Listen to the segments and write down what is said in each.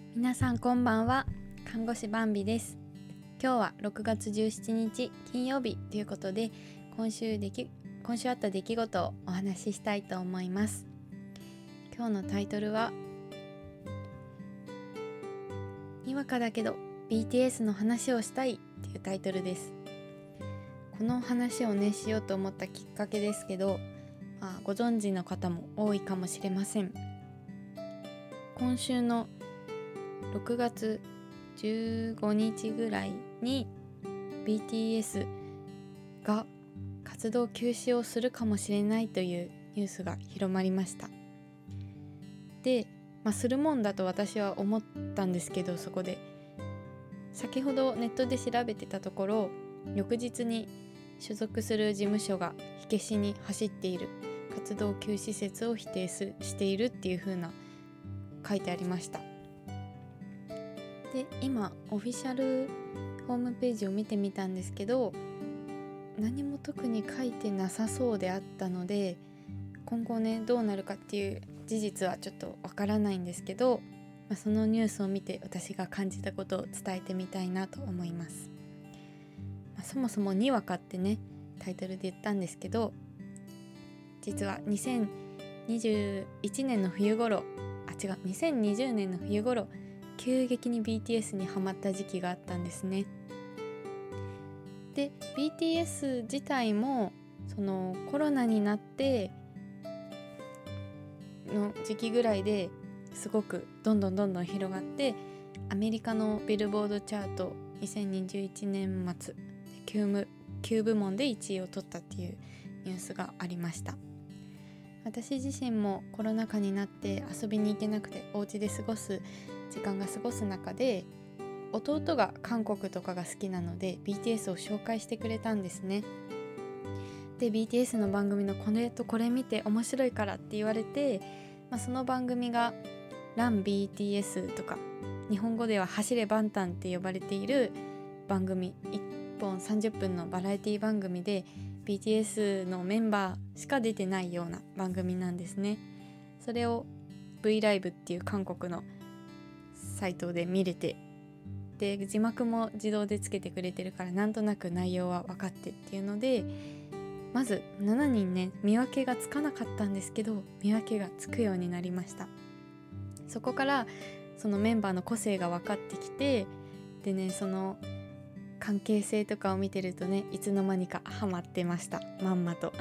皆さんこんばんは。看護師バンビです。今日は6月17日金曜日ということで、今週あった出来事をお話ししたいと思います。今日のタイトルはにわかだけど BTS の話をしたいっていうタイトルです。この話をしようと思ったきっかけですけど、ご存知の方も多いかもしれません。今週の6月15日ぐらいに BTS が活動休止をするかもしれないというニュースが広まりました。で、するもんだと私は思ったんですけど、そこで先ほどネットで調べてたところ、翌日に所属する事務所が火消しに走っている、活動休止説を否定しているっていう風な書いてありました。で、今オフィシャルホームページを見てみたんですけど、何も特に書いてなさそうであったので、今後どうなるかっていう事実はちょっとわからないんですけど、そのニュースを見て私が感じたことを伝えてみたいなと思います。そもそもにわかってタイトルで言ったんですけど、実は2020年の冬頃急激に BTS にハマった時期があったんですね。で、BTS 自体もそのコロナになっての時期ぐらいですごくどんどん広がって、アメリカのビルボードチャート2021年末9部門で1位を取ったっていうニュースがありました。私自身もコロナ禍になって遊びに行けなくてお家で過ごす中で、弟が韓国とかが好きなので BTS を紹介してくれたんですね。で、 BTS の番組のこれとこれ見て面白いからって言われて、その番組がラン BTS とか、日本語では走れバンタンって呼ばれている番組、1本30分のバラエティ番組で BTS のメンバーしか出てないような番組なんですね。それを V ライブっていう韓国のサイトで見れて、で字幕も自動でつけてくれてるから、なんとなく内容は分かってっていうので、まず7人見分けがつかなかったんですけど、見分けがつくようになりました。そこからそのメンバーの個性が分かってきて、でその関係性とかを見てるといつの間にかハマってました、まんまと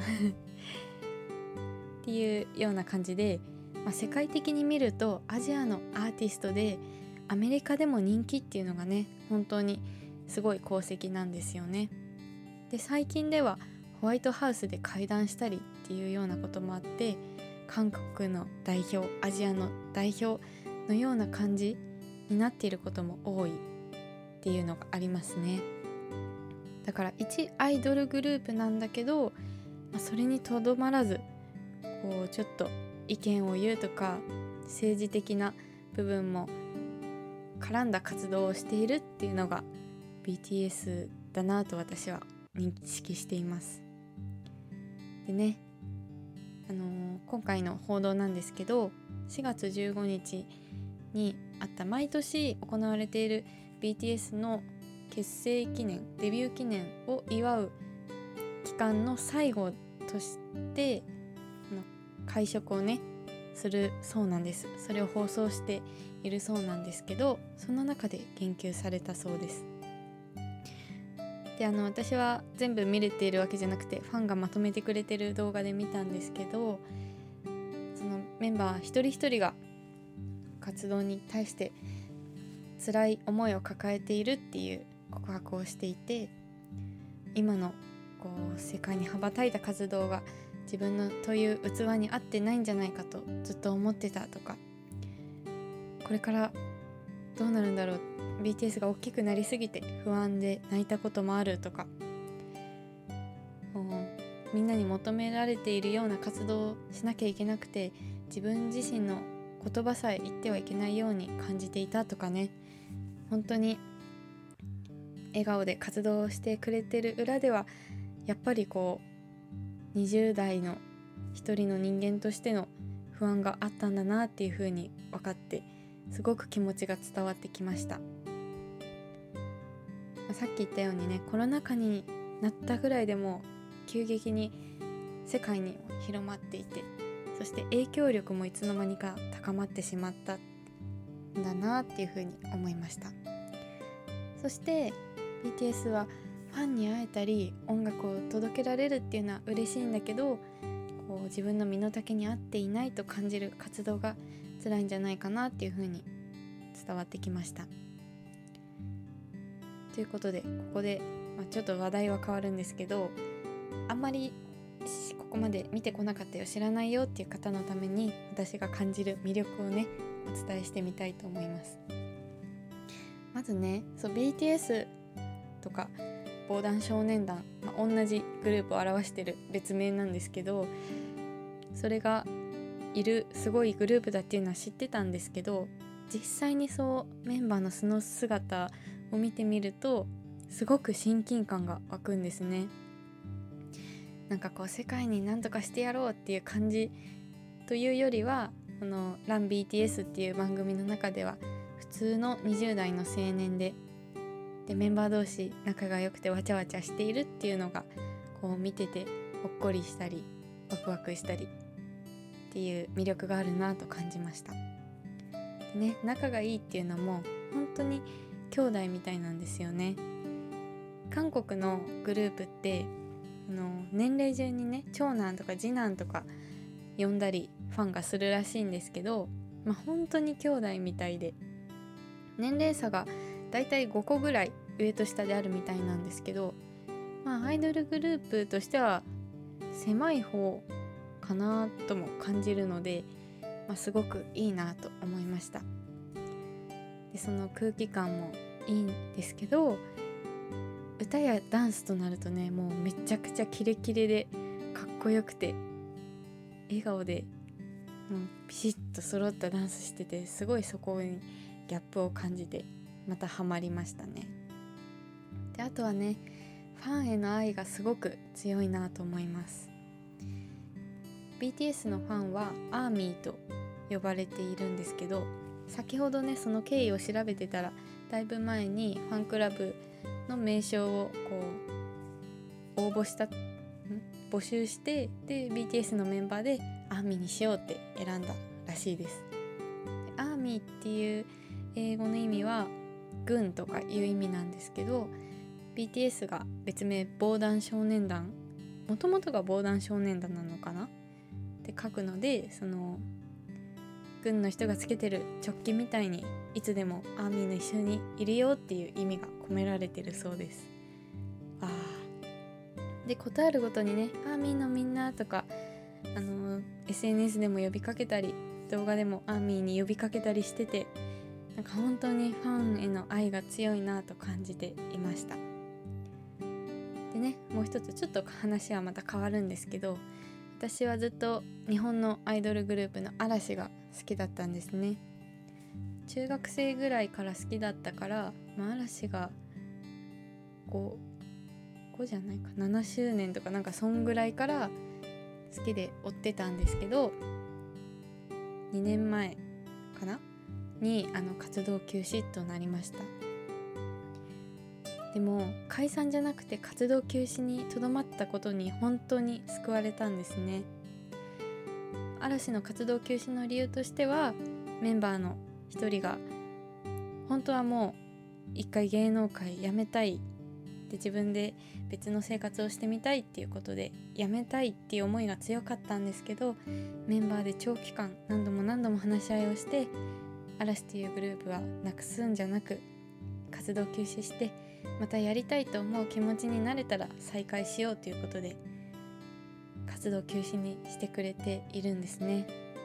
っていうような感じで、世界的に見るとアジアのアーティストでアメリカでも人気っていうのが本当にすごい功績なんですよね。で、最近ではホワイトハウスで会談したりっていうようなこともあって、韓国の代表、アジアの代表のような感じになっていることも多いっていうのがありますね。だから一アイドルグループなんだけど、それにとどまらずちょっと意見を言うとか、政治的な部分も絡んだ活動をしているっていうのが BTS だなと私は認識しています。で今回の報道なんですけど、4月15日にあった毎年行われている BTS の結成記念、デビュー記念を祝う期間の最後として会食をするそうなんです。それを放送しているそうなんですけど、その中で言及されたそうです。で、私は全部見れているわけじゃなくて、ファンがまとめてくれてる動画で見たんですけど、そのメンバー一人一人が活動に対して辛い思いを抱えているっていう告白をしていて、今の世界に羽ばたいた活動が自分のという器に合ってないんじゃないかとずっと思ってたとか、これからどうなるんだろう、 BTS が大きくなりすぎて不安で泣いたこともあるとか、みんなに求められているような活動をしなきゃいけなくて、自分自身の言葉さえ言ってはいけないように感じていたとか本当に笑顔で活動してくれてる裏では、やっぱり20代の一人の人間としての不安があったんだなっていう風に分かって、 すごく気持ちが伝わってきました。さっき言ったようにね、コロナ禍になったぐらいでも急激に世界に広まっていて、そして影響力もいつの間にか高まってしまったんだなっていうふうに思いました。そして BTS はファンに会えたり音楽を届けられるっていうのは嬉しいんだけど、こう自分の身の丈に合っていないと感じる活動が辛いんじゃないかなっていうふうに伝わってきました。ということで、ここで、ちょっと話題は変わるんですけど、あんまりここまで見てこなかったよ、知らないよっていう方のために私が感じる魅力をねお伝えしてみたいと思います。まずね、BTS とか防弾少年団、同じグループを表している別名なんですけど、それがいるすごいグループだっていうのは知ってたんですけど、実際にメンバーの素の姿を見てみるとすごく親近感が湧くんですね。なんか世界に何とかしてやろうっていう感じというよりは、このラン BTS っていう番組の中では普通の20代の青年でメンバー同士仲が良くてわちゃわちゃしているっていうのが見ててほっこりしたりワクワクしたりっていう魅力があるなと感じました。でね、仲がいいっていうのも本当に兄弟みたいなんですよね。韓国のグループって年齢順にね、長男とか次男とか呼んだりファンがするらしいんですけど、本当に兄弟みたいで、年齢差がだいたい5個ぐらい上と下であるみたいなんですけど、アイドルグループとしては狭い方かなとも感じるので、すごくいいなと思いました。でその空気感もいいんですけど、歌やダンスとなるとね、もうめちゃくちゃキレキレでかっこよくて、笑顔でピシッと揃ったダンスしてて、すごいそこにギャップを感じてまたハマりましたね。であとはね、ファンへの愛がすごく強いなと思います。 BTS のファンはアーミーと呼ばれているんですけど、先ほどねその経緯を調べてたら、だいぶ前にファンクラブの名称を募集して、で BTS のメンバーでアーミーにしようって選んだらしいです。でアーミーっていう英語の意味は軍とかいう意味なんですけど、 BTS が別名防弾少年団、もともとが防弾少年団なのかなって書くので、その軍の人がつけてるチョッキみたいにいつでもアーミーの一緒にいるよっていう意味が込められてるそうです。でことあるごとにね、アーミーのみんなとかSNS でも呼びかけたり、動画でもアーミーに呼びかけたりしてて、なんか本当にファンへの愛が強いなと感じていました。でね、もう一つちょっと話はまた変わるんですけど、私はずっと日本のアイドルグループの嵐が好きだったんですね。中学生ぐらいから好きだったから、嵐が5じゃないか7周年とかなんかそんぐらいから好きで追ってたんですけど、2年前かなに活動休止となりました。でも解散じゃなくて活動休止にとどまったことに本当に救われたんですね。嵐の活動休止の理由としては、メンバーの一人が本当はもう一回芸能界辞めたいで、自分で別の生活をしてみたいっていうことで辞めたいっていう思いが強かったんですけど、メンバーで長期間何度も話し合いをして、嵐というグループはなくすんじゃなく活動休止して、またやりたいと思う気持ちになれたら再開しようということで活動休止にしてくれているんですね。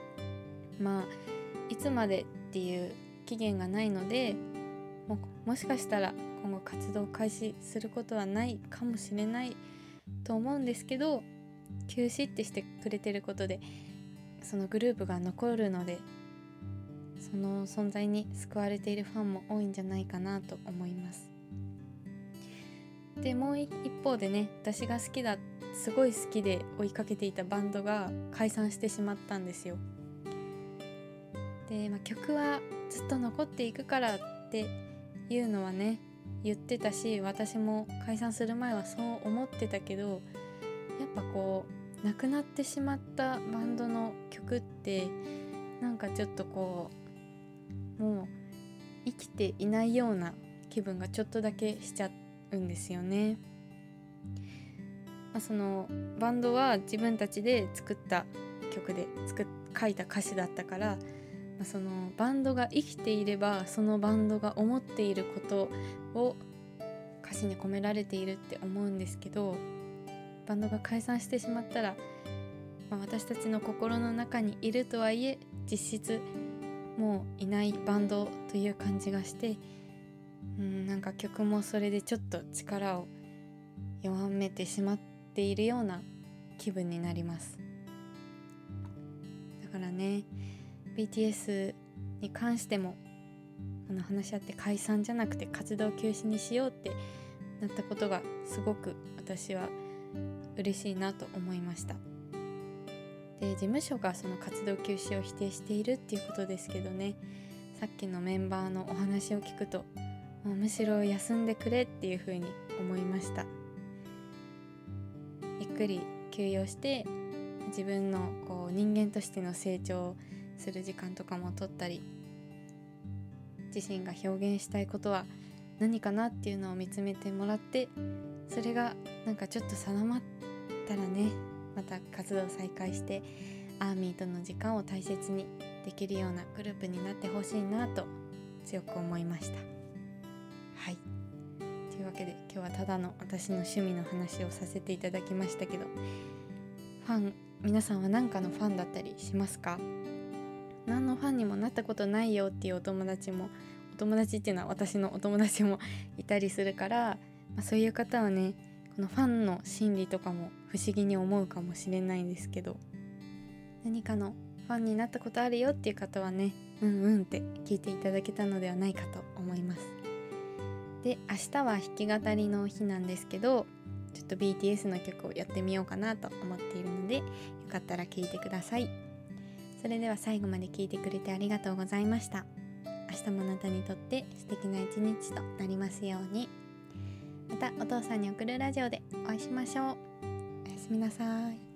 いつまでっていう期限がないので、もしかしたら今後活動開始することはないかもしれないと思うんですけど、休止ってしてくれてることでそのグループが残るので、その存在に救われているファンも多いんじゃないかなと思います。でもう一方でね、私がすごい好きで追いかけていたバンドが解散してしまったんですよ。で、曲はずっと残っていくからっていうのはね言ってたし、私も解散する前はそう思ってたけど、やっぱこう亡くなってしまったバンドの曲ってなんかちょっとこうもう生きていないような気分がちょっとだけしちゃうんですよね。そのバンドは自分たちで作った曲で書いた歌詞だったから、そのバンドが生きていればそのバンドが思っていることを歌詞に込められているって思うんですけど、バンドが解散してしまったら、私たちの心の中にいるとはいえ実質もういないバンドという感じがして、なんか曲もそれでちょっと力を弱めてしまっているような気分になります。だからね BTS に関しても話し合って解散じゃなくて活動休止にしようってなったことがすごく私は嬉しいなと思いました。で、事務所がその活動休止を否定しているっていうことですけどね、さっきのメンバーのお話を聞くともうむしろ休んでくれっていう風に思いました。ゆっくり休養して自分のこう人間としての成長する時間とかも取ったり、自身が表現したいことは何かなっていうのを見つめてもらって、それがなんかちょっと定まったらね、また活動再開してアーミーとの時間を大切にできるようなグループになってほしいなと強く思いました。はい、というわけで今日はただの私の趣味の話をさせていただきましたけど、皆さんは何かのファンだったりしますか？何のファンにもなったことないよっていうお友達っていうのは私のお友達もいたりするから、そういう方はねこのファンの心理とかも不思議に思うかもしれないんですけど、何かのファンになったことあるよっていう方はねって聞いていただけたのではないかと思います。で、明日は弾き語りの日なんですけど、ちょっと BTS の曲をやってみようかなと思っているので、よかったら聴いてください。それでは最後まで聞いてくれてありがとうございました。明日もあなたにとって素敵な一日となりますように。またお父さんに送るラジオでお会いしましょう。おやすみなさい。